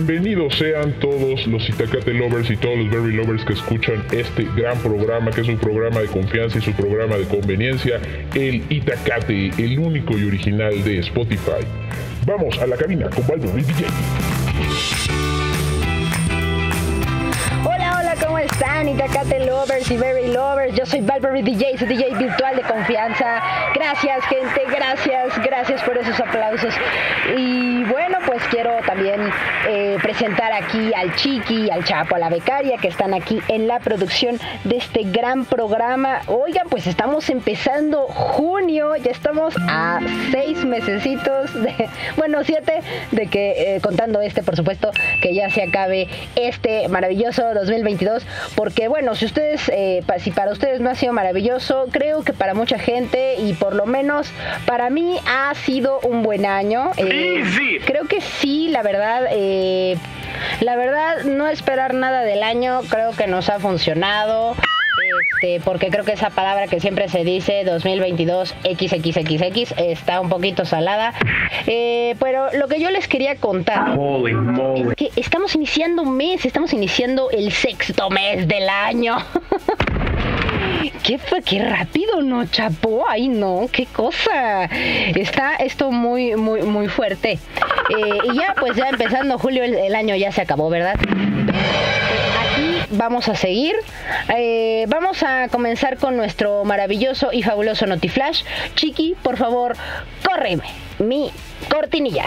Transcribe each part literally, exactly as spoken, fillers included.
Bienvenidos sean todos los Itacate Lovers y todos los Berry Lovers que escuchan este gran programa, que es un programa de confianza y su programa de conveniencia, el Itacate, el único y original de Spotify. Vamos a la cabina con Valverde D J. ¿Cómo están, Itacate Lovers y Berry Lovers? Yo soy Valverde D J, su D J virtual de confianza. Gracias, gente, gracias, gracias por esos aplausos. Y bueno, pues quiero también eh, presentar aquí al Chiqui, al Chapo, a la becaria, que están aquí en la producción de este gran programa. Oigan, pues estamos empezando junio, ya estamos a seis mesecitos, de, bueno, siete, de que, eh, contando este, por supuesto, que ya se acabe este maravilloso dos mil veintidós. Porque bueno, si ustedes, eh, si para ustedes no ha sido maravilloso, creo que para mucha gente y por lo menos para mí ha sido un buen año. Eh, creo que sí, la verdad, eh, la verdad no esperar nada del año creo que nos ha funcionado. Este, porque creo que esa palabra que siempre se dice, dos mil veintidós equis equis equis equis, está un poquito salada. Eh, pero lo que yo les quería contar es que estamos iniciando un mes, estamos iniciando el sexto mes del año. ¿Qué fue? Qué rápido, ¿no, Chapo? Ay, no, qué cosa. Está esto muy, muy, muy fuerte. Eh, y ya, pues ya empezando julio, el, el año ya se acabó, ¿verdad? Vamos a seguir, eh, vamos a comenzar con nuestro maravilloso y fabuloso Notiflash. Chiqui, por favor, córreme mi cortinilla.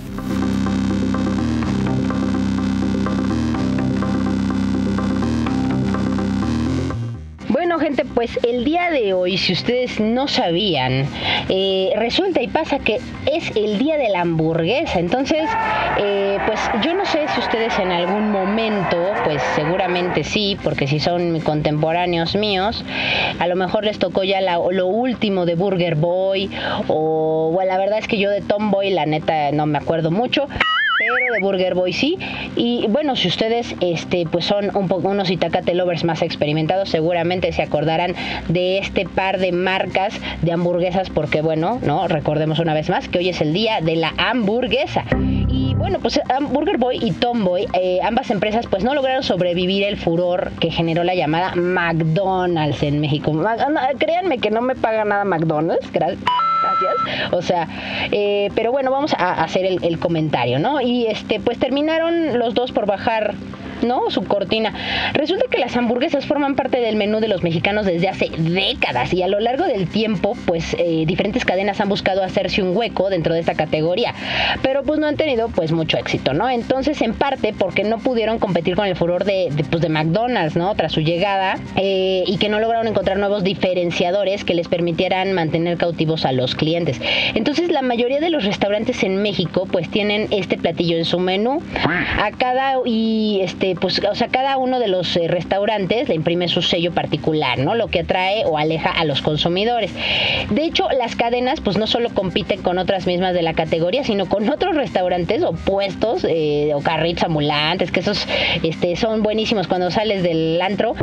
Bueno, gente, pues el día de hoy, si ustedes no sabían, eh, resulta y pasa que es el día de la hamburguesa. Entonces, eh, pues yo no sé si ustedes en algún momento, pues seguramente sí, porque si son contemporáneos míos, a lo mejor les tocó ya la, lo último de Burger Boy, o bueno, la verdad es que yo de Tomboy, la neta, no me acuerdo mucho. Pero de Burger Boy sí. Y bueno, si ustedes este pues son un poco unos Itacate Lovers más experimentados, seguramente se acordarán de este par de marcas de hamburguesas, porque bueno, no recordemos una vez más que hoy es el día de la hamburguesa. Y bueno, pues Burger Boy y Tomboy, eh, ambas empresas pues no lograron sobrevivir el furor que generó la llamada McDonald's en México. Créanme que no me paga nada McDonald's, gracias. Gracias. O sea, eh, pero bueno, vamos a hacer el, el comentario, ¿no? Y este, pues terminaron los dos por bajar, ¿no?, su cortina. Resulta que las hamburguesas forman parte del menú de los mexicanos desde hace décadas, y a lo largo del tiempo, pues eh, diferentes cadenas han buscado hacerse un hueco dentro de esta categoría, pero pues no han tenido pues mucho éxito, ¿no? Entonces, en parte porque no pudieron competir con el furor de, de, pues, de McDonald's, ¿no?, tras su llegada, eh, y que no lograron encontrar nuevos diferenciadores que les permitieran mantener cautivos a los clientes. Entonces, la mayoría de los restaurantes en México pues tienen este platillo en su menú. A cada y este pues o sea cada uno de los eh, restaurantes le imprime su sello particular, ¿no?, lo que atrae o aleja a los consumidores. De hecho, las cadenas pues no solo compiten con otras mismas de la categoría, sino con otros restaurantes o puestos eh, o carritos ambulantes, que esos este son buenísimos cuando sales del antro.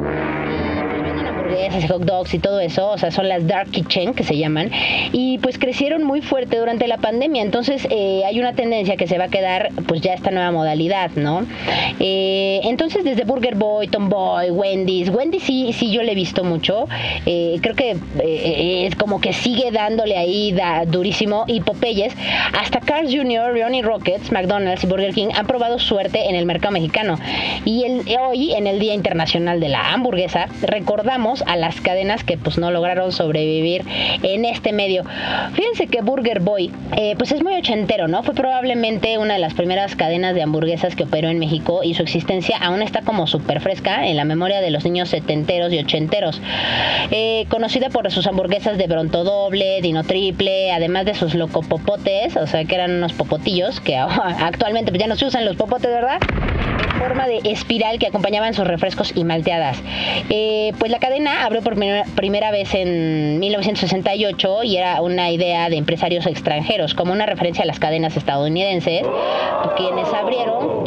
Hot dogs y todo eso, o sea, son las Dark Kitchen que se llaman, y pues crecieron muy fuerte durante la pandemia. Entonces eh, hay una tendencia que se va a quedar pues ya esta nueva modalidad, ¿no? Eh, entonces desde Burger Boy, Tomboy, Wendy's, Wendy's sí, sí yo le he visto mucho, eh, creo que eh, es como que sigue dándole ahí da, durísimo, y Popeyes, hasta Carl's junior, Ronnie Rockets, McDonald's y Burger King han probado suerte en el mercado mexicano. Y el, hoy, en el Día Internacional de la Hamburguesa, recordamos a las cadenas que pues no lograron sobrevivir en este medio. Fíjense que Burger Boy eh, pues es muy ochentero, ¿no? Fue probablemente una de las primeras cadenas de hamburguesas que operó en México, y su existencia aún está como súper fresca en la memoria de los niños setenteros y ochenteros. Eh, conocida por sus hamburguesas de Bronto doble, Dino triple, además de sus locopopotes, o sea que eran unos popotillos que actualmente pues ya no se usan los popotes, ¿verdad?, en forma de espiral que acompañaban sus refrescos y malteadas. Eh, pues la cadena abrió por primera, primera vez en mil novecientos sesenta y ocho, y era una idea de empresarios extranjeros, como una referencia a las cadenas estadounidenses, quienes abrieron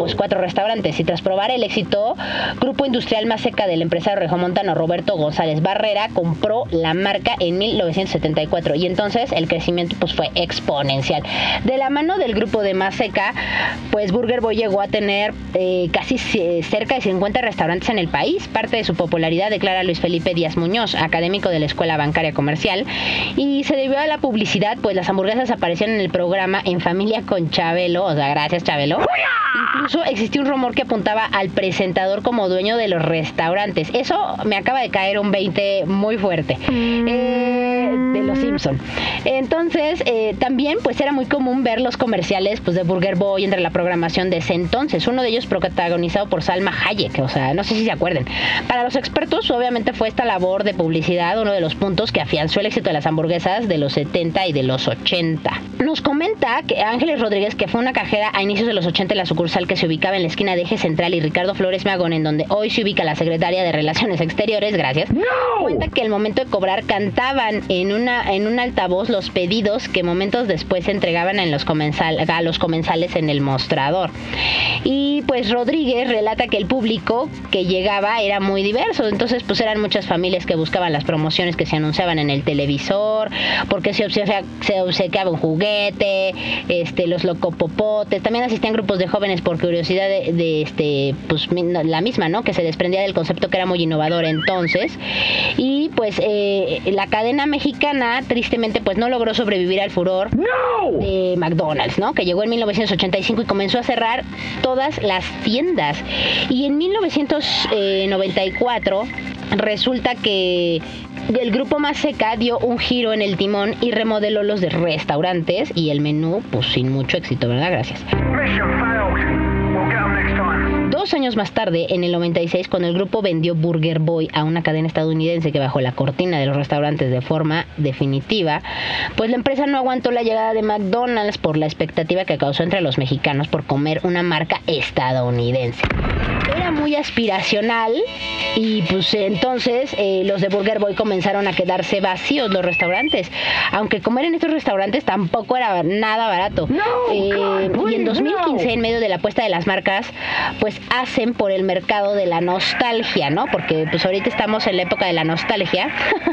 pues cuatro restaurantes y tras probar el éxito, Grupo Industrial Maseca del empresario regiomontano Roberto González Barrera compró la marca en mil novecientos setenta y cuatro y entonces el crecimiento pues fue exponencial. De la mano del grupo de Maseca, pues Burger Boy llegó a tener eh, casi c- cerca de cincuenta restaurantes en el país. Parte de su popularidad, declara Luis Felipe Díaz Muñoz, académico de la Escuela Bancaria Comercial, y se debió a la publicidad, pues las hamburguesas aparecían en el programa En Familia con Chabelo, o sea, gracias Chabelo. Incluso existía un rumor que apuntaba al presentador como dueño de los restaurantes. Eso me acaba de caer un veinte muy fuerte. Eh, de los Simpson. Entonces, eh, también pues era muy común ver los comerciales pues de Burger Boy entre la programación de ese entonces. Uno de ellos protagonizado por Salma Hayek, o sea, no sé si se acuerden. Para los expertos, obviamente fue esta labor de publicidad uno de los puntos que afianzó el éxito de las hamburguesas de los setenta y de los ochenta. Nos comenta que Ángeles Rodríguez, que fue una cajera a inicios de los ochenta en la sucursal que se ubicaba en la esquina de Eje Central y Ricardo Flores Magón, en donde hoy se ubica la Secretaría de Relaciones Exteriores, gracias, no. Cuenta que al momento de cobrar cantaban en una en un altavoz los pedidos que momentos después se entregaban en los comensal, a los comensales en el mostrador. Y pues Rodríguez relata que el público que llegaba era muy diverso, entonces pues eran muchas familias que buscaban las promociones que se anunciaban en el televisor, porque se obsequiaba, se obsequiaba un juguete, este, los locopopotes, también asistían grupos de jóvenes por curiosidad de, de este, pues la misma, ¿no? Que se desprendía del concepto que era muy innovador entonces, y pues eh, la cadena mexicana tristemente pues no logró sobrevivir al furor no. de McDonald's, ¿no? Que llegó en mil novecientos ochenta y cinco y comenzó a cerrar todas las tiendas, y en mil novecientos noventa y cuatro resulta que el grupo Maseca dio un giro en el timón y remodeló los de restaurantes y el menú, pues sin mucho éxito, ¿verdad? Gracias. Dos años más tarde, en el noventa y seis, cuando el grupo vendió Burger Boy a una cadena estadounidense que bajó la cortina de los restaurantes de forma definitiva, pues la empresa no aguantó la llegada de McDonald's por la expectativa que causó entre los mexicanos por comer una marca estadounidense. Era muy aspiracional y pues entonces eh, los de Burger Boy comenzaron a quedarse vacíos los restaurantes, aunque comer en estos restaurantes tampoco era nada barato. No, eh, God, y en dos mil quince, no. En medio de la apuesta de las marcas, pues hacen por el mercado de la nostalgia, ¿no? Porque pues ahorita estamos en la época de la nostalgia.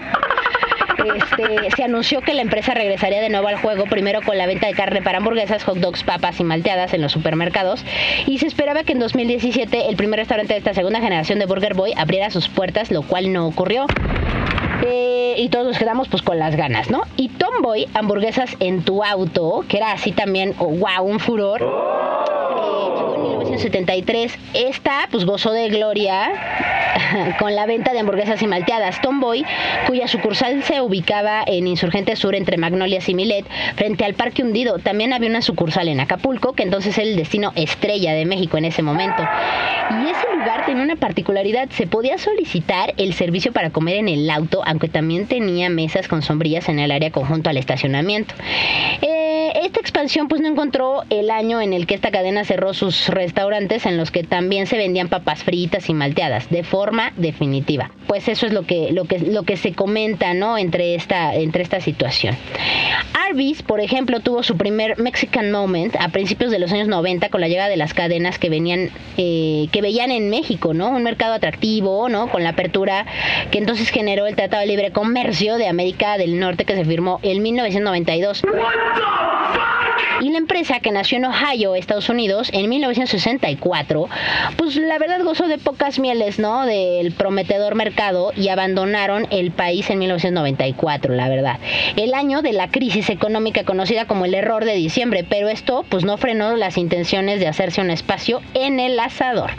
Este, se anunció que la empresa regresaría de nuevo al juego, primero con la venta de carne para hamburguesas, hot dogs, papas y malteadas en los supermercados, y se esperaba que en dos mil diecisiete el primer restaurante de esta segunda generación de Burger Boy abriera sus puertas, lo cual no ocurrió. Eh, y todos nos quedamos pues con las ganas, ¿no? Y Tomboy, hamburguesas en tu auto, que era así también, oh, wow, un furor. Eh, en mil novecientos setenta y tres, esta pues gozó de gloria con la venta de hamburguesas y malteadas. Tomboy, cuya sucursal se ubicaba en Insurgente Sur entre Magnolias y Milet, frente al Parque Hundido. También había una sucursal en Acapulco, que entonces era el destino estrella de México en ese momento. Y ese lugar tenía una particularidad: se podía solicitar el servicio para comer en el auto, aunque también tenía mesas con sombrillas en el área conjunto al estacionamiento. Eh, esta expansión pues no encontró el año en el que esta cadena cerró sus restaurantes, en los que también se vendían papas fritas y malteadas de forma definitiva. Pues eso es lo que lo que lo que se comenta, ¿no? Entre esta entre esta situación. Arby's, por ejemplo, tuvo su primer Mexican Moment a principios de los años noventa con la llegada de las cadenas que venían eh, que veían en México, ¿no? Un mercado atractivo, ¿no? Con la apertura que entonces generó el Tratado de Libre Comercio de América del Norte, que se firmó en mil novecientos noventa y dos. Y la empresa, que nació en Ohio, Estados Unidos, en mil novecientos sesenta y cuatro, pues la verdad gozó de pocas mieles, ¿no? Del prometedor mercado, y abandonaron el país en mil novecientos noventa y cuatro, la verdad. El año de la crisis económica conocida como el error de diciembre, pero esto pues no frenó las intenciones de hacerse un espacio en el asador.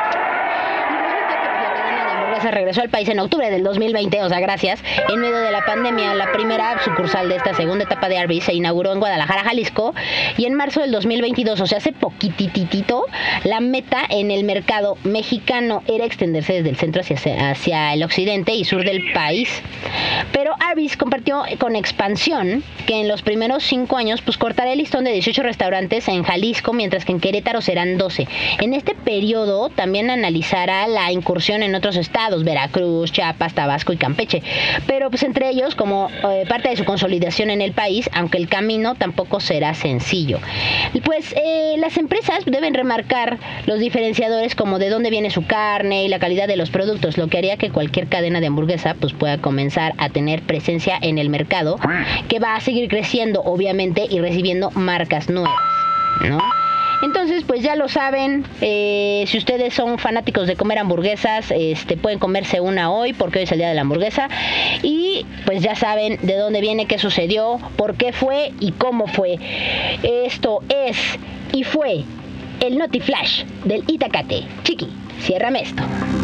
Se regresó al país en octubre del dos mil veinte, o sea, gracias. En medio de la pandemia, la primera sucursal de esta segunda etapa de Arby's se inauguró en Guadalajara, Jalisco, y en marzo del dos mil veintidós, o sea, hace poquititito, la meta en el mercado mexicano era extenderse desde el centro hacia, hacia el occidente y sur del país. Pero Arby's compartió con expansión que en los primeros cinco años pues cortará el listón de dieciocho restaurantes en Jalisco, mientras que en Querétaro serán doce. En este periodo también analizará la incursión en otros estados, estados, Veracruz, Chiapas, Tabasco y Campeche. Pero pues entre ellos, como eh, parte de su consolidación en el país, aunque el camino tampoco será sencillo. Y pues eh, las empresas deben remarcar los diferenciadores como de dónde viene su carne y la calidad de los productos, lo que haría que cualquier cadena de hamburguesa pues pueda comenzar a tener presencia en el mercado, que va a seguir creciendo obviamente y recibiendo marcas nuevas, ¿no? Entonces, pues ya lo saben, eh, si ustedes son fanáticos de comer hamburguesas, este, pueden comerse una hoy porque hoy es el día de la hamburguesa. Y pues ya saben de dónde viene, qué sucedió, por qué fue y cómo fue. Esto es y fue el Notiflash del Itacate. Chiqui, ciérrame esto.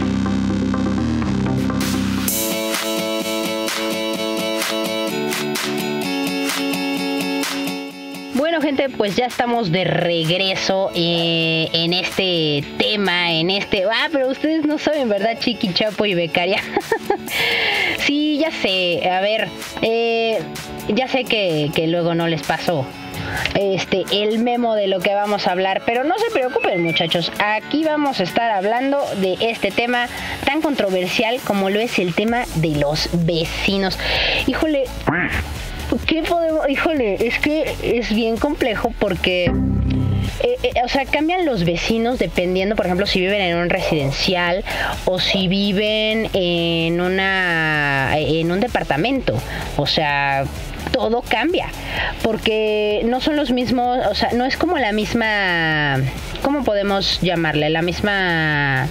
Bueno, gente, pues ya estamos de regreso eh, en este tema, en este... Ah, pero ustedes no saben, ¿verdad? Chiqui, Chapo y Becaria. Sí, ya sé. A ver, eh, ya sé que, que luego no les pasó este el memo de lo que vamos a hablar, pero no se preocupen, muchachos. Aquí vamos a estar hablando de este tema tan controversial como lo es el tema de los vecinos. Híjole... ¿Qué podemos? Híjole, es que es bien complejo porque, eh, eh, o sea, cambian los vecinos dependiendo, por ejemplo, si viven en un residencial o si viven en una, en un departamento. O sea, todo cambia porque no son los mismos, o sea, no es como la misma, ¿cómo podemos llamarle? La misma...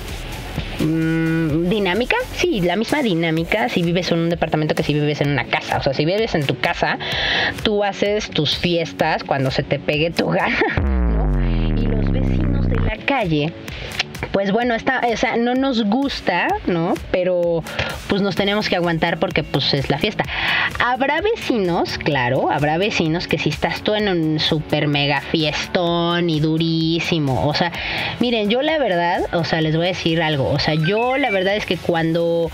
dinámica, sí, la misma dinámica si vives en un departamento que si vives en una casa. O sea, si vives en tu casa, tú haces tus fiestas cuando se te pegue tu gana, ¿no? Y los vecinos de la calle, pues bueno, está, o sea, no nos gusta, ¿no? Pero pues nos tenemos que aguantar porque pues es la fiesta. Habrá vecinos, claro, habrá vecinos que si estás tú en un super mega fiestón y durísimo, o sea, miren, yo la verdad, o sea, les voy a decir algo, o sea, yo la verdad es que cuando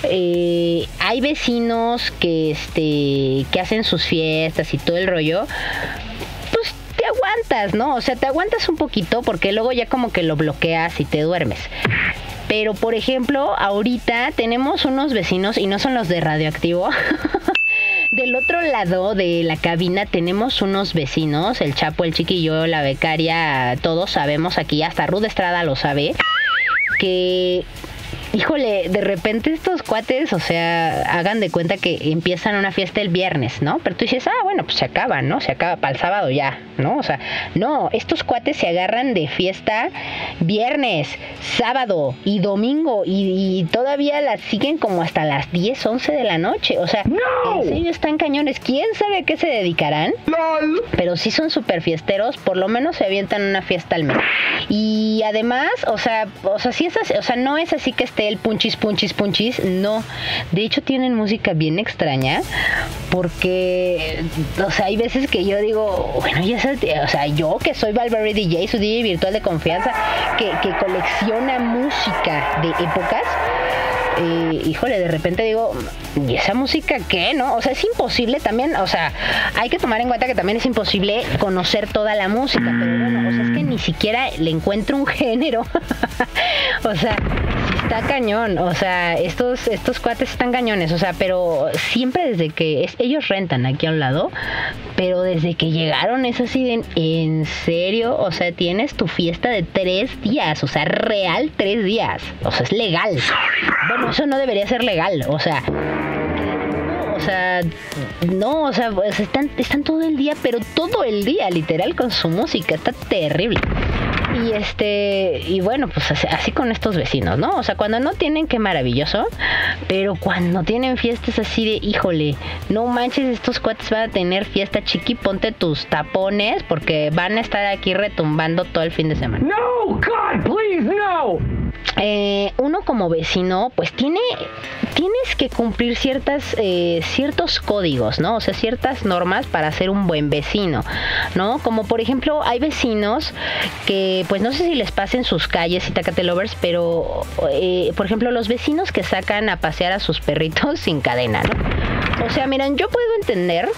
eh, hay vecinos que, este, que hacen sus fiestas y todo el rollo, pues te aguantas, ¿no? O sea, te aguantas un poquito porque luego ya como que lo bloqueas y te duermes. Pero, por ejemplo, ahorita tenemos unos vecinos, y no son los de Radioactivo. Del otro lado de la cabina tenemos unos vecinos, el Chapo, el Chiqui y yo, la Becaria, todos sabemos aquí, hasta Ruth Estrada lo sabe, que... Híjole, de repente estos cuates, o sea, hagan de cuenta que empiezan una fiesta el viernes, ¿no? Pero tú dices, ah, bueno, pues se acaba, ¿no? Se acaba para el sábado ya, ¿no? O sea, no, estos cuates se agarran de fiesta viernes, sábado y domingo y, y todavía las siguen como hasta las diez, once de la noche. O sea, ¡no! En serio están cañones. ¿Quién sabe a qué se dedicarán? ¡Lol! Pero sí son súper fiesteros, por lo menos se avientan una fiesta al mes. Y además, o sea, o sea, sí es así, o sea, no es así que esté el punchis, punchis, punchis, no. De hecho tienen música bien extraña porque, o sea, hay veces que yo digo, bueno, ya sabes, o sea, yo que soy Valverde D J, su D J virtual de confianza, que, que colecciona música de épocas, eh, híjole, de repente digo, ¿y esa música qué, no? O sea, es imposible también, o sea, hay que tomar en cuenta que también es imposible conocer toda la música, pero bueno, o sea, es que ni siquiera le encuentro un género. O sea, está cañón, o sea, estos estos cuates están cañones, o sea, pero siempre desde que es, ellos rentan aquí a un lado, pero desde que llegaron es así de, ¿en serio? O sea, tienes tu fiesta de tres días, o sea, real tres días, o sea, es legal. Bueno, eso no debería ser legal, o sea... O sea, no, o sea, pues están, están todo el día, pero todo el día, literal, con su música, está terrible. Y este, y bueno, pues así, así con estos vecinos, ¿no? O sea, cuando no tienen, qué maravilloso, pero cuando tienen fiestas así de, híjole, no manches, estos cuates van a tener fiesta, Chiqui, ponte tus tapones, porque van a estar aquí retumbando todo el fin de semana. No, God, please, no. Eh, uno como vecino, pues tiene, tienes que cumplir ciertas, eh, ciertos códigos, ¿no? O sea, ciertas normas para ser un buen vecino, ¿no? Como por ejemplo, hay vecinos que, pues no sé si les pasen sus calles, Itacate Lovers, pero, eh, por ejemplo, los vecinos que sacan a pasear a sus perritos sin cadena, ¿no? O sea, miren, yo puedo entender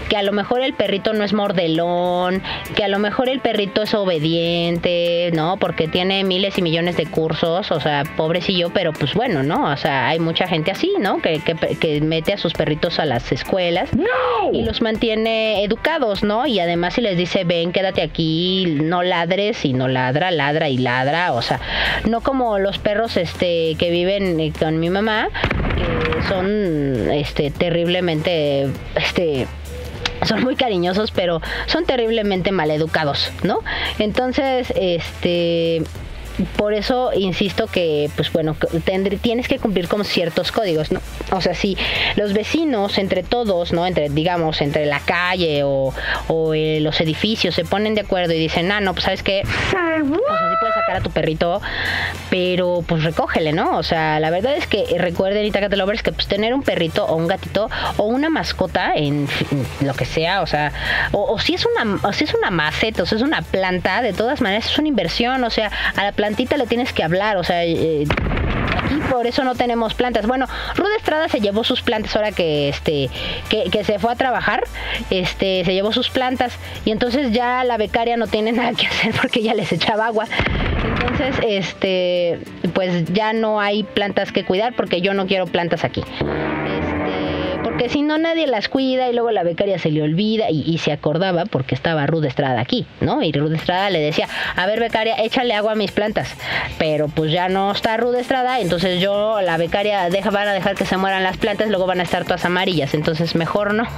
que a lo mejor el perrito no es mordelón, que a lo mejor el perrito es obediente, ¿no? Porque tiene miles y millones de cursos, o sea, pobrecillo, pero pues bueno, ¿no? O sea, hay mucha gente así, ¿no? Que, que, que mete a sus perritos a las escuelas ¡No! y los mantiene educados, ¿no? Y además si les dice, ven, quédate aquí, no ladres, y no ladra, ladra y ladra, o sea, no como los perros este que viven con mi mamá, que son este terriblemente este son muy cariñosos, pero son terriblemente maleducados, ¿no? Entonces, este por eso insisto que, pues bueno, tendr- tienes que cumplir con ciertos códigos, ¿no? O sea, si los vecinos, entre todos, ¿no? Entre, digamos, entre la calle o, o eh, los edificios se ponen de acuerdo y dicen, ah, no, pues, ¿sabes qué? O sea, sí puedes sacar a tu perrito, pero, pues, recógele, ¿no? O sea, la verdad es que recuerden, Itacate Lovers, que, pues, tener un perrito o un gatito o una mascota en, en lo que sea, o sea, o, o si es una, o si es una maceta, o si es una planta, de todas maneras es una inversión, o sea, a la plantita le tienes que hablar, o sea, eh, aquí por eso no tenemos plantas. Bueno, Ruth Estrada se llevó sus plantas ahora que este que, que se fue a trabajar, este se llevó sus plantas y entonces ya la becaria no tiene nada que hacer porque ya les echaba agua. Entonces, este pues ya no hay plantas que cuidar porque yo no quiero plantas aquí. Que si no nadie las cuida y luego la becaria se le olvida y, y se acordaba porque estaba Ruth Estrada aquí, ¿no? Y Ruth Estrada le decía, a ver becaria, échale agua a mis plantas, pero pues ya no está Ruth Estrada, entonces yo, la becaria, deja, van a dejar que se mueran las plantas, luego van a estar todas amarillas, entonces mejor no.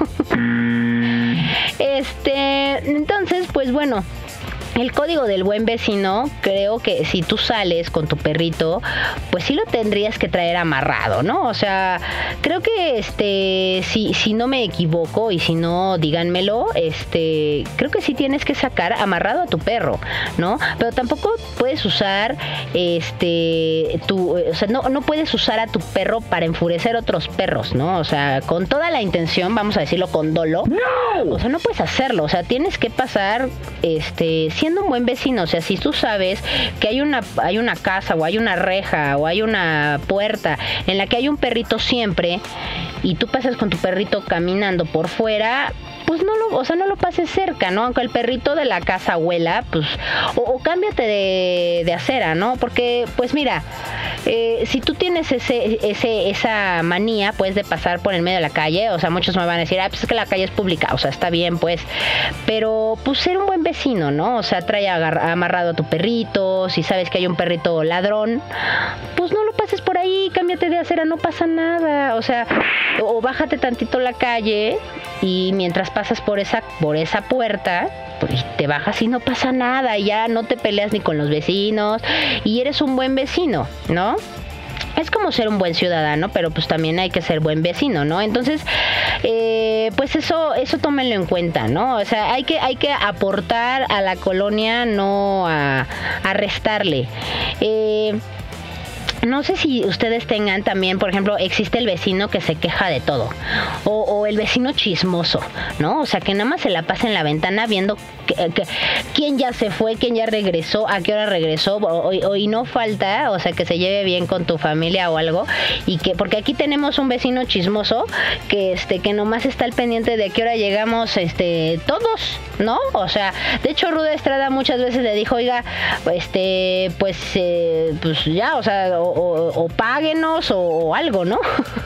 este, entonces pues bueno, el código del buen vecino, creo que si tú sales con tu perrito, pues sí lo tendrías que traer amarrado, ¿no? O sea, creo que este, si, si no me equivoco y si no, díganmelo, este, creo que sí tienes que sacar amarrado a tu perro, ¿no? Pero tampoco puedes usar, este, tu, o sea, no, no puedes usar a tu perro para enfurecer a otros perros, ¿no? O sea, con toda la intención, vamos a decirlo con dolo, ¡No! O sea, no puedes hacerlo, o sea, tienes que pasar, este, siendo un buen vecino, o sea, si tú sabes que hay una hay una casa o hay una reja o hay una puerta en la que hay un perrito siempre y tú pasas con tu perrito caminando por fuera, pues no lo, o sea, no lo pases cerca, ¿no? Aunque el perrito de la casa huela, pues, o, o cámbiate de, de acera, ¿no? Porque, pues mira, eh, si tú tienes ese, ese, esa manía, pues, de pasar por el medio de la calle, o sea, muchos me van a decir, ah, pues es que la calle es pública, o sea, está bien, pues, pero, pues, ser un buen vecino, ¿no? O sea, trae agar- amarrado a tu perrito, si sabes que hay un perrito ladrón, pues no lo pases por ahí, cámbiate de acera, no pasa nada, o sea, o, o bájate tantito la calle y mientras pasas por esa por esa puerta, pues te bajas y no pasa nada, y ya no te peleas ni con los vecinos y eres un buen vecino, ¿no? Es como ser un buen ciudadano, pero pues también hay que ser buen vecino, ¿no? Entonces, eh, pues eso, eso tómenlo en cuenta, ¿no? O sea, hay que, hay que aportar a la colonia, no a, a restarle. Eh, No sé si ustedes tengan también, por ejemplo, existe el vecino que se queja de todo, o, o el vecino chismoso, ¿no? O sea, que nada más se la pasa en la ventana viendo que, que, quién ya se fue, quién ya regresó, a qué hora regresó, o, o, y no falta, o sea, que se lleve bien con tu familia o algo, y que, porque aquí tenemos un vecino chismoso que, este, que nomás está al pendiente de a qué hora llegamos, este, todos, ¿no? O sea, de hecho, Ruth Estrada muchas veces le dijo, oiga, este, pues, eh, pues ya, o sea, o, o, o páguenos o, o algo, ¿no?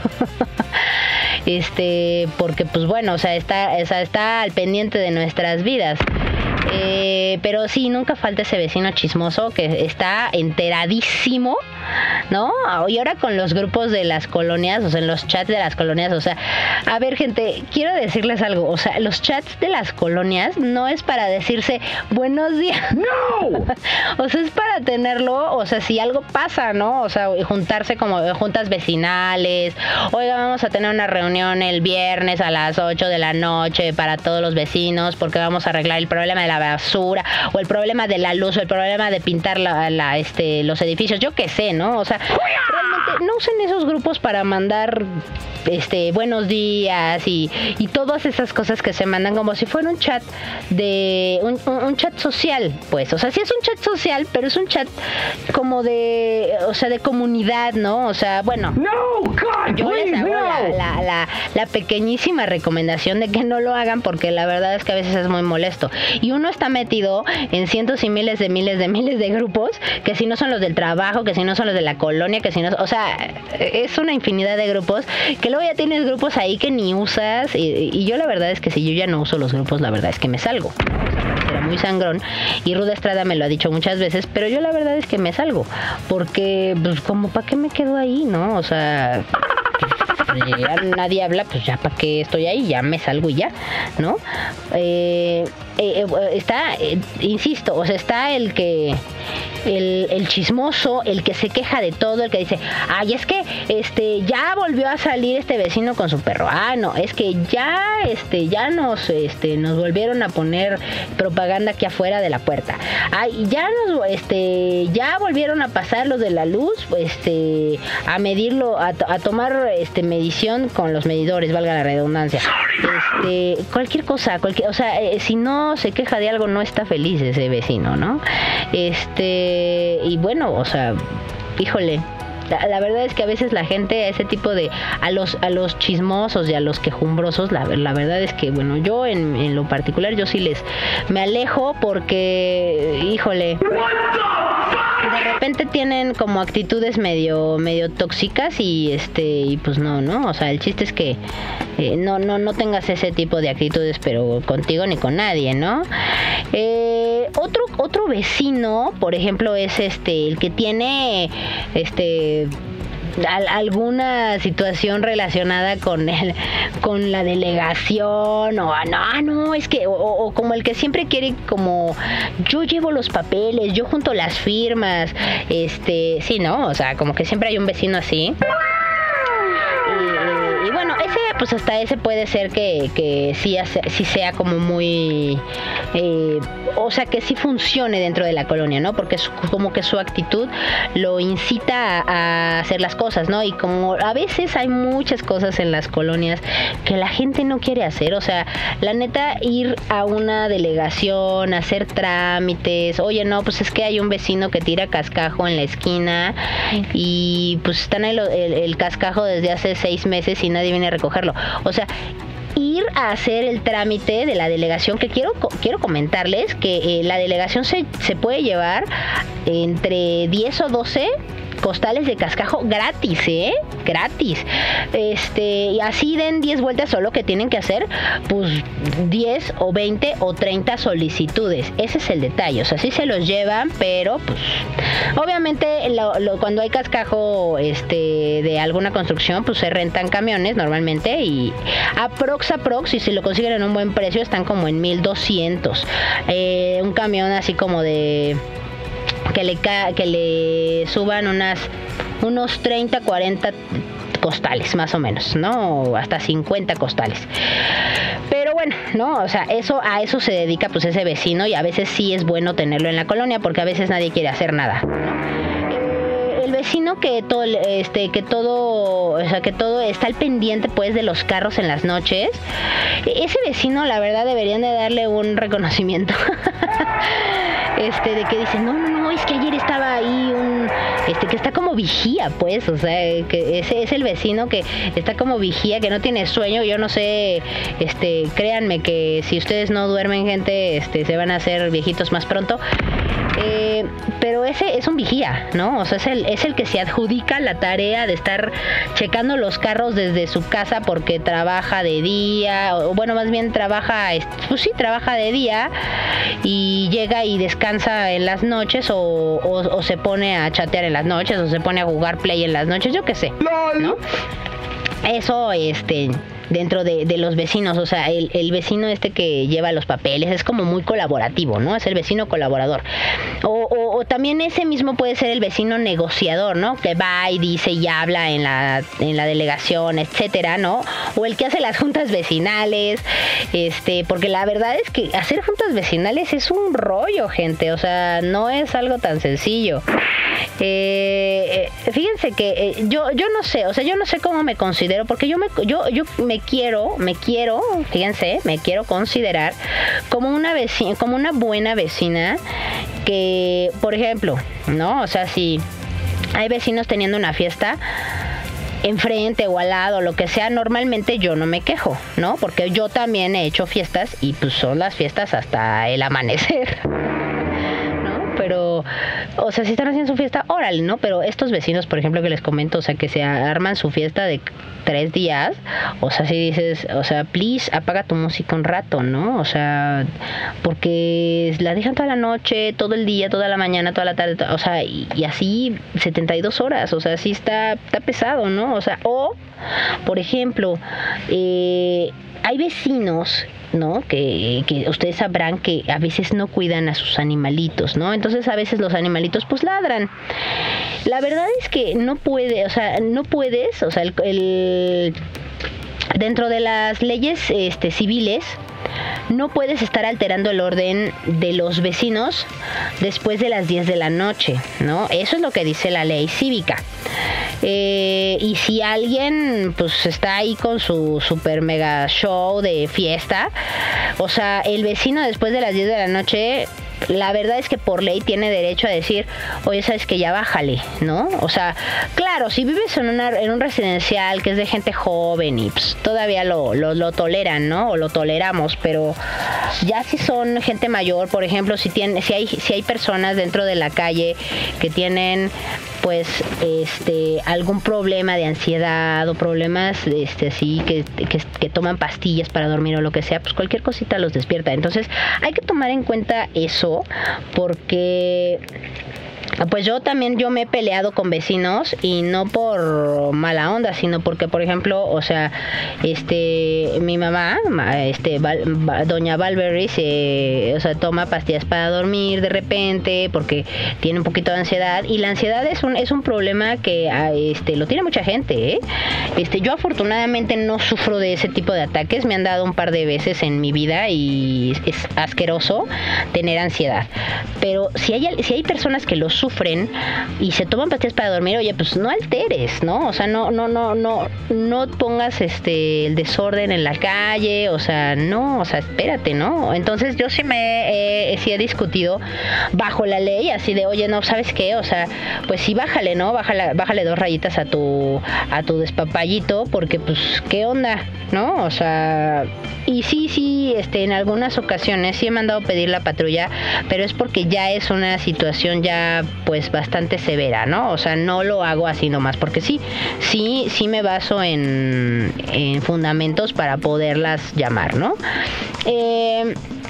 este, porque pues bueno, o sea, está, o sea, está al pendiente de nuestras vidas. Eh, pero sí, nunca falta ese vecino chismoso que está enteradísimo, ¿no? Y ahora con los grupos de las colonias, o sea, en los chats de las colonias, o sea, a ver, gente, quiero decirles algo, o sea, los chats de las colonias no es para decirse buenos días, ¡No! O sea, es para tenerlo, o sea, si algo pasa, ¿no? O sea, juntarse como juntas vecinales, oiga, vamos a tener una reunión el viernes a las ocho de la noche para todos los vecinos porque vamos a arreglar el problema de la basura o el problema de la luz o el problema de pintar la, la, este, los edificios, yo qué sé, ¿no? O sea, realmente no usen esos grupos para mandar este buenos días y, y todas esas cosas que se mandan como si fuera un chat de un, un, un chat social, pues, o sea, sí es un chat social, pero es un chat como de, o sea, de comunidad, ¿no? O sea, bueno, no, God, yo please, les hago no. la, la, la, la pequeñísima recomendación de que no lo hagan porque la verdad es que a veces es muy molesto y uno está metido en cientos y miles de miles de miles de grupos que si no son los del trabajo, que si no son los de la colonia, que si no, o sea, es una infinidad de grupos que luego ya tienes grupos ahí que ni usas y, y yo la verdad es que si yo ya no uso los grupos, la verdad es que me salgo. Era muy sangrón y Ruda Estrada me lo ha dicho muchas veces, pero yo la verdad es que me salgo porque pues como para qué me quedo ahí, ¿no? O sea, ya nadie habla, pues ya para qué estoy ahí, ya me salgo y ya, ¿no? Eh, eh, está, eh, insisto, o sea, está el que el, el chismoso, el que se queja de todo, el que dice, ay, es que este ya volvió a salir este vecino con su perro. Ah, no, es que ya este ya nos este nos volvieron a poner propaganda aquí afuera de la puerta. Ay, ya nos este ya volvieron a pasar los de la luz, este a medirlo, a, a tomar este medición con los medidores, valga la redundancia. Este, cualquier cosa, cualquier, o sea, eh, si no se queja de algo no está feliz ese vecino, ¿no? Este, y bueno, o sea, híjole, la, la verdad es que a veces la gente, a ese tipo de, a los a los chismosos y a los quejumbrosos, la, la verdad es que, bueno, yo en, en lo particular, yo sí les, me alejo porque, híjole, de repente tienen como actitudes medio medio tóxicas y este y pues no, ¿no? O sea, el chiste es que eh, no no no tengas ese tipo de actitudes, pero contigo ni con nadie, ¿no? Eh, otro otro vecino, por ejemplo, es este el que tiene este Al, alguna situación relacionada con el, con la delegación o no, no, es que o, o como el que siempre quiere como yo llevo los papeles, yo junto las firmas, este, sí, ¿no? O sea, como que siempre hay un vecino así. Y, y bueno, ese, pues hasta ese puede ser que, que sí, sí sea como muy, eh, o sea, que sí funcione dentro de la colonia, ¿no? Porque es como que su actitud lo incita a, a hacer las cosas, ¿no? Y como a veces hay muchas cosas en las colonias que la gente no quiere hacer, o sea, la neta, ir a una delegación, hacer trámites, oye, no, pues es que hay un vecino que tira cascajo en la esquina y pues están el, el, el cascajo desde hace seis meses y nadie viene a recogerlo. O sea, ir a hacer el trámite de la delegación, que quiero quiero comentarles que eh, la delegación se, se puede llevar entre diez o doce costales de cascajo gratis, ¿eh? Gratis. Este, y así den diez vueltas, solo que tienen que hacer, pues, diez o veinte o treinta solicitudes. Ese es el detalle. O sea, sí se los llevan, pero, pues, obviamente, lo, lo, cuando hay cascajo este, de alguna construcción, pues se rentan camiones normalmente y aprox, aprox, y si lo consiguen en un buen precio, están como en mil doscientos. Eh, un camión así como de... que le ca- que le suban unas unos treinta, cuarenta costales más o menos, ¿no? Hasta cincuenta costales. Pero bueno, ¿no? O sea, eso a eso se dedica pues ese vecino y a veces sí es bueno tenerlo en la colonia porque a veces nadie quiere hacer nada. El vecino que todo este que todo, o sea, que todo está al pendiente pues de los carros en las noches. Ese vecino, la verdad, deberían de darle un reconocimiento. Este, de que dicen, no, no, no, es que ayer estaba ahí un, este, que está como vigía, pues, o sea, que ese es el vecino que está como vigía, que no tiene sueño. Yo no sé, este, créanme que si ustedes no duermen, gente, este, se van a hacer viejitos más pronto. Eh, pero ese es un vigía, ¿no? O sea, es el, es el que se adjudica la tarea de estar checando los carros desde su casa porque trabaja de día, o bueno, más bien trabaja, pues sí, trabaja de día y llega y descansa en las noches o, o, o se pone a chatear en las noches o se pone a jugar Play en las noches, yo qué sé, ¿no? Eso, este... dentro de, de los vecinos, o sea, el, el vecino este que lleva los papeles es como muy colaborativo, ¿no? Es el vecino colaborador. O, o, también ese mismo puede ser el vecino negociador, ¿no? Que va y dice y habla en la, en la delegación, etcétera, ¿no? O el que hace las juntas vecinales, este, porque la verdad es que hacer juntas vecinales es un rollo, gente, o sea, no es algo tan sencillo. Eh, fíjense que eh, yo yo no sé, o sea, yo no sé cómo me considero, porque yo me yo yo me quiero, me quiero, fíjense, me quiero considerar como una vecina, como una buena vecina que, por ejemplo, ¿no? O sea, si hay vecinos teniendo una fiesta enfrente o al lado, lo que sea, normalmente yo no me quejo, ¿no? Porque yo también he hecho fiestas y pues son las fiestas hasta el amanecer. Pero, o sea, si están haciendo su fiesta, órale, ¿no? Pero estos vecinos, por ejemplo, que les comento, o sea, que se arman su fiesta de tres días, o sea, si dices, o sea, please, apaga tu música un rato, ¿no? O sea, porque la dejan toda la noche, todo el día, toda la mañana, toda la tarde, o sea, y, y así setenta y dos horas, o sea, sí está, está pesado, ¿no? O sea, o, por ejemplo, eh, hay vecinos, ¿no? Que, que ustedes sabrán que a veces no cuidan a sus animalitos, ¿no? Entonces a veces los animalitos pues ladran. La verdad es que no puede, o sea, no puedes, o sea, el, el dentro de las leyes este, civiles, no puedes estar alterando el orden de los vecinos después de las diez de la noche, ¿no? Eso es lo que dice la ley cívica. Eh, y si alguien pues está ahí con su super mega show de fiesta, o sea, el vecino después de las diez de la noche, la verdad es que por ley tiene derecho a decir, oye, sabes que ya bájale, ¿no? O sea, claro, si vives en una en un residencial que es de gente joven y pues, todavía lo, lo, lo toleran, ¿no? O lo toleramos, pero ya si son gente mayor, por ejemplo, si tiene, si hay, si hay personas dentro de la calle que tienen pues este algún problema de ansiedad o problemas este así que, que, que toman pastillas para dormir o lo que sea, pues cualquier cosita los despierta. Entonces hay que tomar en cuenta eso, porque pues yo también yo me he peleado con vecinos y no por mala onda, sino porque, por ejemplo, o sea, este mi mamá, este Val, doña Valberry, se, o sea, toma pastillas para dormir de repente porque tiene un poquito de ansiedad, y la ansiedad es un es un problema que este lo tiene mucha gente, ¿eh? Este yo afortunadamente no sufro de ese tipo de ataques, me han dado un par de veces en mi vida y es asqueroso tener ansiedad. Pero si hay si hay personas que lo sufren y se toman pastillas para dormir, oye, pues no alteres, ¿no? O sea, no, no, no, no, no pongas este el desorden en la calle, o sea, no, o sea, espérate, ¿no? Entonces yo sí me eh, sí he discutido bajo la ley, así de, oye, no, ¿sabes qué? O sea, pues sí, bájale, ¿no? Bájale, bájale dos rayitas a tu, a tu despapallito, porque pues, ¿qué onda? ¿No? O sea, y sí, sí, este, en algunas ocasiones sí he mandado pedir la patrulla, pero es porque ya es una situación ya pues bastante severa, ¿no? O sea, no lo hago así nomás, porque sí, sí, sí me baso en, en fundamentos para poderlas llamar, ¿no? Eh...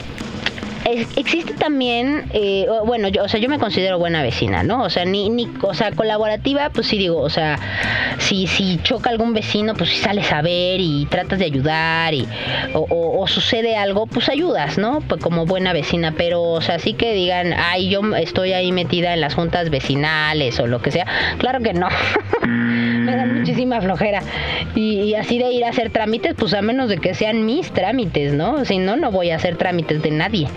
Existe también, eh, bueno, yo, o sea, yo me considero buena vecina, ¿no? O sea, ni, ni, o sea, colaborativa, pues sí digo, o sea, si, si choca algún vecino, pues sí sales a ver y tratas de ayudar, y, o, o, o sucede algo, pues ayudas, ¿no? Pues como buena vecina, pero, o sea, sí que digan, ay, yo estoy ahí metida en las juntas vecinales o lo que sea, claro que no. Me da muchísima flojera. Y, y así de ir a hacer trámites, pues a menos de que sean mis trámites, ¿no? Si no, no voy a hacer trámites de nadie.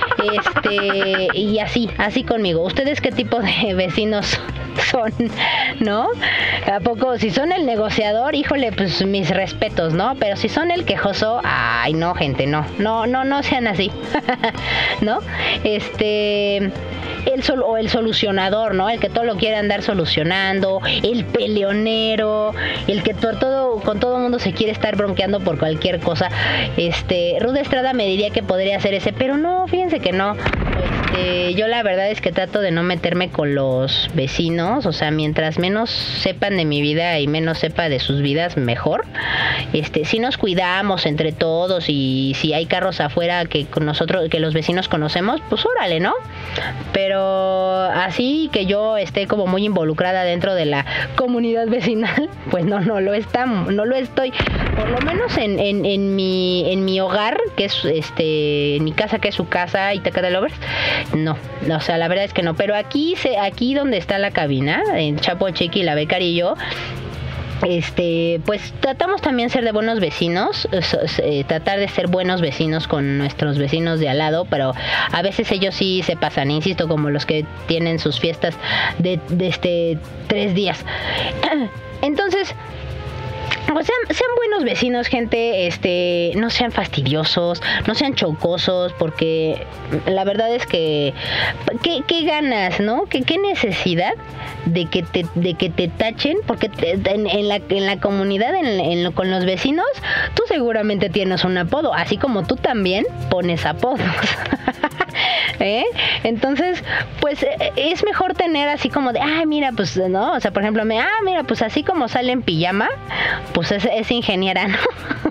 Este, y así, así conmigo. ¿Ustedes qué tipo de vecinos son, no? ¿A poco? Si son el negociador, híjole, pues mis respetos, ¿no? Pero si son el quejoso, ay, no, gente, no. No, no, no sean así. ¿No? Este... El sol, o el solucionador, ¿no? El que todo lo quiere andar solucionando, el peleonero, el que todo, todo con todo el mundo se quiere estar bronqueando por cualquier cosa. Este, Ruth Estrada me diría que podría ser ese, pero no, fíjense que no. Este, yo la verdad es que trato de no meterme con los vecinos, o sea, mientras menos sepan de mi vida y menos sepa de sus vidas, mejor. Este, si nos cuidamos entre todos y si hay carros afuera que nosotros, que los vecinos conocemos, pues órale, ¿no? Pero así que yo esté como muy involucrada dentro de la comunidad vecinal, pues no, no lo está, no lo estoy. Por lo menos en, en, en mi en mi hogar, que es este en mi casa, que es su casa, Itacate Lovers, no, o sea, la verdad es que no. Pero aquí, se, aquí donde está la cabina, en Chapo, Chiqui, la Becari y yo, este pues tratamos también ser de buenos vecinos, eh, tratar de ser buenos vecinos con nuestros vecinos de al lado, pero a veces ellos sí se pasan, insisto, como los que tienen sus fiestas de, de este tres días. Entonces, pues sean, sean buenos vecinos, gente, este, no sean fastidiosos, no sean chocosos, porque la verdad es que qué, qué ganas, ¿no? ¿Qué, qué necesidad de que te, de que te tachen? Porque te, en, en la en la comunidad, en, en lo, con los vecinos, tú seguramente tienes un apodo, así como tú también pones apodos. ¿Eh? Entonces, pues es mejor tener así como de, ay, mira, pues, ¿no? O sea, por ejemplo, me, ah, mira, pues así como sale en pijama, pues es, es ingeniera, ¿no?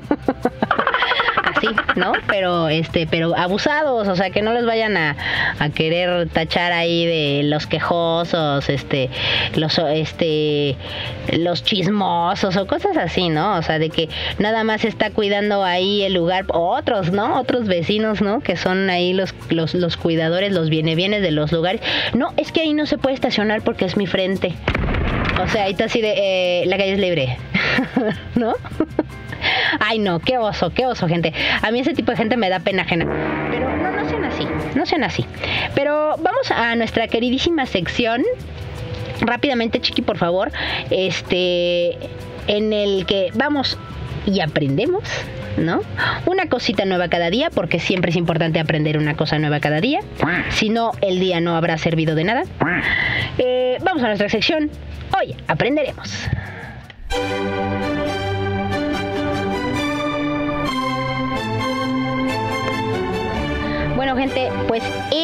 Así, ¿no? Pero, este, pero abusados, o sea, que no les vayan a, a querer tachar ahí de los quejosos, este, los, este, los chismosos o cosas así, ¿no? O sea, de que nada más está cuidando ahí el lugar, otros, ¿no? Otros vecinos, ¿no? Que son ahí los, los, los cuidadores, los viene bienes de los lugares. No, es que ahí no se puede estacionar porque es mi frente. O sea, ahí está así de, eh, la calle es libre, ¿no? Ay, no, qué oso, qué oso, gente. A mí ese tipo de gente me da pena ajena. Pero no, no sean así, no sean así. Pero vamos a nuestra queridísima sección. Rápidamente, Chiqui, por favor. Este, en el que vamos y aprendemos, ¿no? Una cosita nueva cada día, porque siempre es importante aprender una cosa nueva cada día. Si no, el día no habrá servido de nada. Eh, vamos a nuestra sección. Hoy aprenderemos. Bueno, gente, pues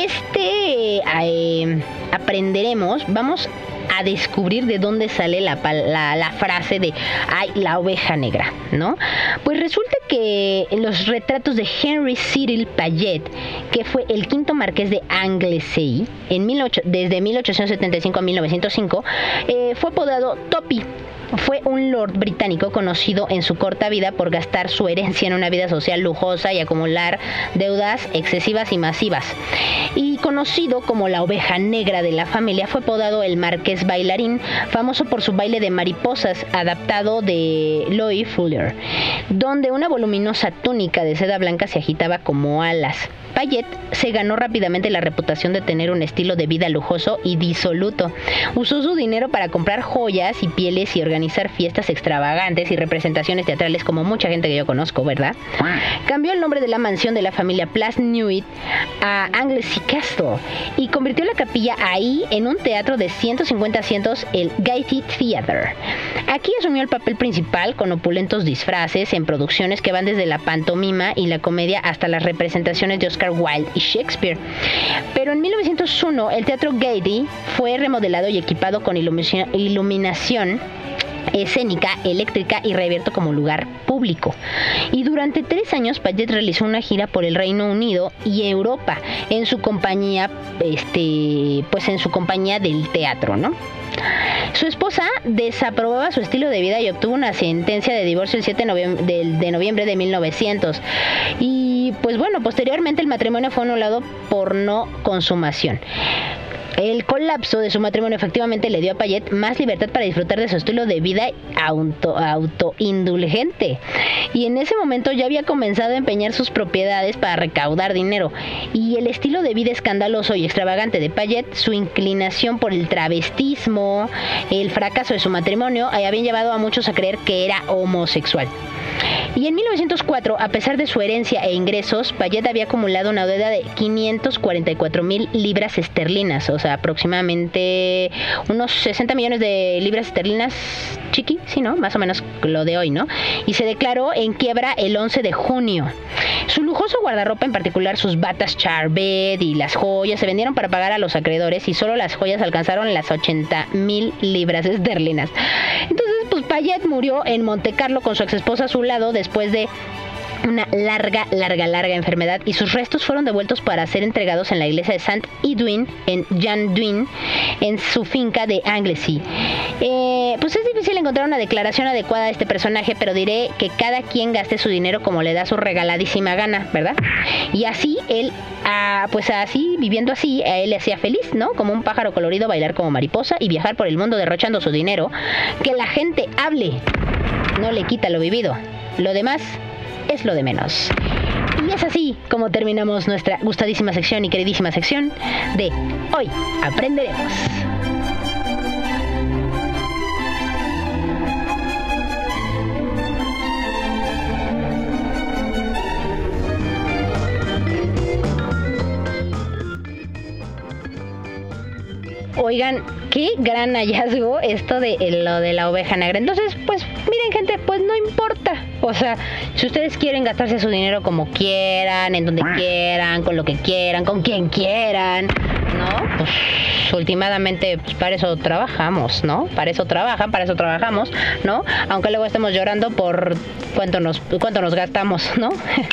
este eh, aprenderemos, vamos a descubrir de dónde sale la, la, la frase de ay, la oveja negra, ¿no? Pues resulta que los retratos de Henry Cyril Payet, que fue el quinto marqués de Anglesey, en mil ocho, desde mil ochocientos setenta y cinco a mil novecientos cinco, eh, fue apodado Toppy. Fue un lord británico conocido en su corta vida por gastar su herencia en una vida social lujosa y acumular deudas excesivas y masivas. Y conocido como la oveja negra de la familia, fue apodado el marqués bailarín, famoso por su baile de mariposas, adaptado de Loie Fuller, donde una voluminosa túnica de seda blanca se agitaba como alas. Payet se ganó rápidamente la reputación de tener un estilo de vida lujoso y disoluto. Usó su dinero para comprar joyas y pieles y organizar fiestas extravagantes y representaciones teatrales, como mucha gente que yo conozco, ¿verdad? Cambió el nombre de la mansión de la familia Plas-Newitt a Anglesey Castle y convirtió la capilla ahí en un teatro de ciento cincuenta asientos, el Gaiety Theatre. Aquí asumió el papel principal con opulentos disfraces en producciones que van desde la pantomima y la comedia hasta las representaciones de Oscar Wilde y Shakespeare. Pero en mil novecientos uno el Teatro Gaiety fue remodelado y equipado con iluminación escénica, eléctrica y reabierto como lugar público. Y durante tres años Payet realizó una gira por el Reino Unido y Europa en su compañía, este, pues en su compañía del teatro, ¿no? Su esposa desaprobaba su estilo de vida y obtuvo una sentencia de divorcio el siete de noviembre de, de noviembre de mil novecientos. Y pues bueno, posteriormente el matrimonio fue anulado por no consumación. El colapso de su matrimonio efectivamente le dio a Payet más libertad para disfrutar de su estilo de vida auto, autoindulgente. Y en ese momento ya había comenzado a empeñar sus propiedades para recaudar dinero. Y el estilo de vida escandaloso y extravagante de Payet, su inclinación por el travestismo, el fracaso de su matrimonio, habían llevado a muchos a creer que era homosexual. Y en mil novecientos cuatro, a pesar de su herencia e ingresos, Payet había acumulado una deuda de quinientas cuarenta y cuatro mil libras esterlinas, o sea, aproximadamente unos sesenta millones de libras esterlinas, Chiqui, sí, ¿no? Más o menos lo de hoy, ¿no? Y se declaró en quiebra el once de junio. Su lujoso guardarropa, en particular sus batas Charbet y las joyas, se vendieron para pagar a los acreedores y solo las joyas alcanzaron las ochenta mil libras esterlinas. Entonces, pues Payet murió en Montecarlo con su exesposa a su lado después de una larga, larga, larga enfermedad, y sus restos fueron devueltos para ser entregados en la iglesia de Saint Edwin en Llanddwyn, en su finca de Anglesey. Eh, Eh, pues es difícil encontrar una declaración adecuada de este personaje, pero diré que cada quien gaste su dinero como le da su regaladísima gana, ¿verdad? Y así él, ah, pues así, viviendo así, a él le hacía feliz, ¿no? Como un pájaro colorido, bailar como mariposa y viajar por el mundo derrochando su dinero. Que la gente hable, no le quita lo vivido. Lo demás es lo de menos. Y es así como terminamos nuestra gustadísima sección y queridísima sección de Hoy Aprenderemos. Oigan, qué gran hallazgo esto de lo de la oveja negra. Entonces, pues, miren, gente, pues no importa. O sea, si ustedes quieren gastarse su dinero como quieran, en donde quieran, con lo que quieran, con quien quieran, ¿no? Pues, últimamente, pues, para eso trabajamos, ¿no? Para eso trabajan, para eso trabajamos, ¿no? Aunque luego estemos llorando por cuánto nos, cuánto nos gastamos, ¿no?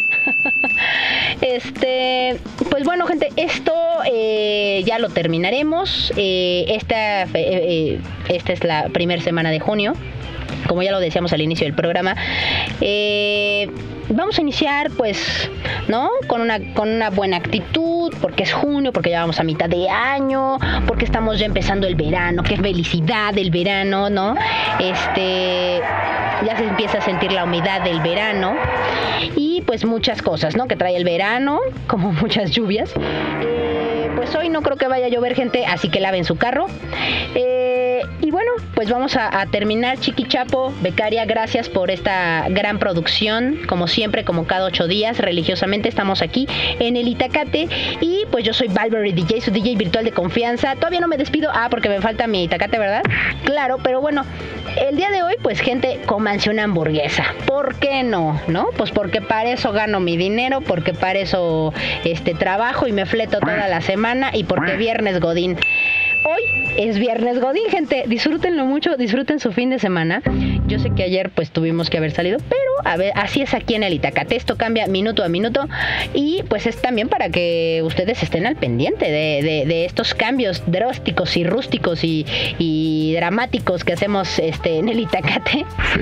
Este, pues bueno, gente, esto eh, ya lo terminaremos. Eh, esta, eh, esta es la primera semana de junio, como ya lo decíamos al inicio del programa. Eh, vamos a iniciar, pues, ¿no? Con una, con una buena actitud, porque es junio, porque ya vamos a mitad de año, porque estamos ya empezando el verano. Qué felicidad el verano, ¿no? Este, ya se empieza a sentir la humedad del verano y pues muchas cosas, ¿no? Que trae el verano, como muchas lluvias. Eh, pues hoy no creo que vaya a llover, gente, así que laven su carro. Eh, y bueno, pues vamos a, a terminar. Chiqui Chapo, becaria, gracias por esta gran producción. Como siempre, como cada ocho días, religiosamente estamos aquí en el Itacate. Y pues yo soy Valverde D J, su D J virtual de confianza. Todavía no me despido, ah, porque me falta mi Itacate, ¿verdad? Claro, pero bueno, el día de hoy, pues, gente, cómanse una hamburguesa. ¿Por qué no? ¿No? Pues porque para eso gano mi dinero, porque para eso este, trabajo y me fleto toda la semana y porque viernes Godín. Hoy es viernes Godín, gente. Disfrútenlo mucho, disfruten su fin de semana. Yo sé que ayer pues tuvimos que haber salido, pero a ver, así es aquí en el Itacate. Esto cambia minuto a minuto y pues es también para que ustedes estén al pendiente de, de, de estos cambios drásticos y rústicos y, y dramáticos que hacemos este, en el Itacate.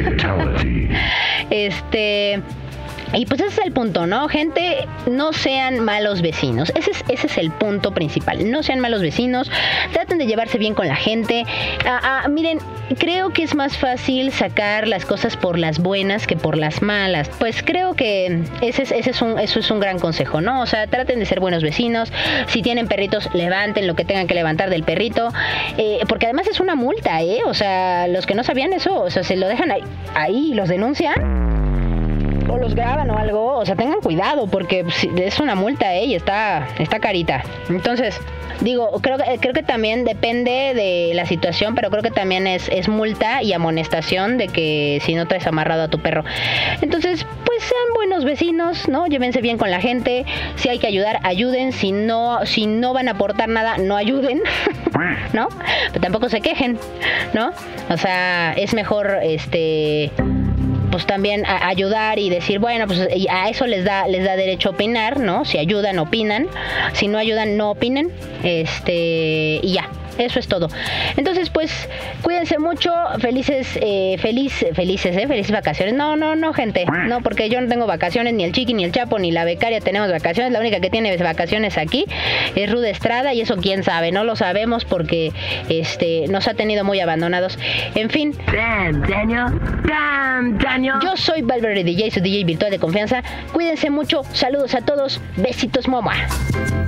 Este... Y pues ese es el punto, ¿no? Gente, no sean malos vecinos. Ese es, ese es el punto principal. No sean malos vecinos. Traten de llevarse bien con la gente. Ah, ah, miren, creo que es más fácil sacar las cosas por las buenas que por las malas. Pues creo que ese es, ese es un, eso es un gran consejo, ¿no? O sea, traten de ser buenos vecinos. Si tienen perritos, levanten lo que tengan que levantar del perrito. Eh, porque además es una multa, ¿eh? O sea, los que no sabían eso, o sea, se lo dejan ahí, ahí y los denuncian. O los graban o algo, o sea, tengan cuidado porque es una multa, ¿eh? Y está, está carita. Entonces, digo, creo, creo que también depende de la situación, pero creo que también es, es multa y amonestación de que si no traes amarrado a tu perro. Entonces, pues sean buenos vecinos, ¿no? Llévense bien con la gente. Si hay que ayudar, ayuden. Si no, si no van a aportar nada, no ayuden, ¿no? Pero tampoco se quejen, ¿no? O sea, es mejor, este... pues también a ayudar y decir, bueno, pues a eso les da les da derecho a opinar, ¿no? Si ayudan, opinan. Si no ayudan, no opinen. Este, y ya. Eso es todo. Entonces, pues, cuídense mucho, felices, eh, feliz, felices, eh, felices vacaciones. No, no, no, gente, no, porque yo no tengo vacaciones, ni el Chiqui, ni el Chapo, ni la becaria tenemos vacaciones. La única que tiene vacaciones aquí es Ruda Estrada, y eso quién sabe, no lo sabemos porque este nos ha tenido muy abandonados. En fin. Damn, Daniel. Damn, Daniel. Yo soy Valverde D J, su D J virtual de confianza. Cuídense mucho, saludos a todos, besitos, mamá.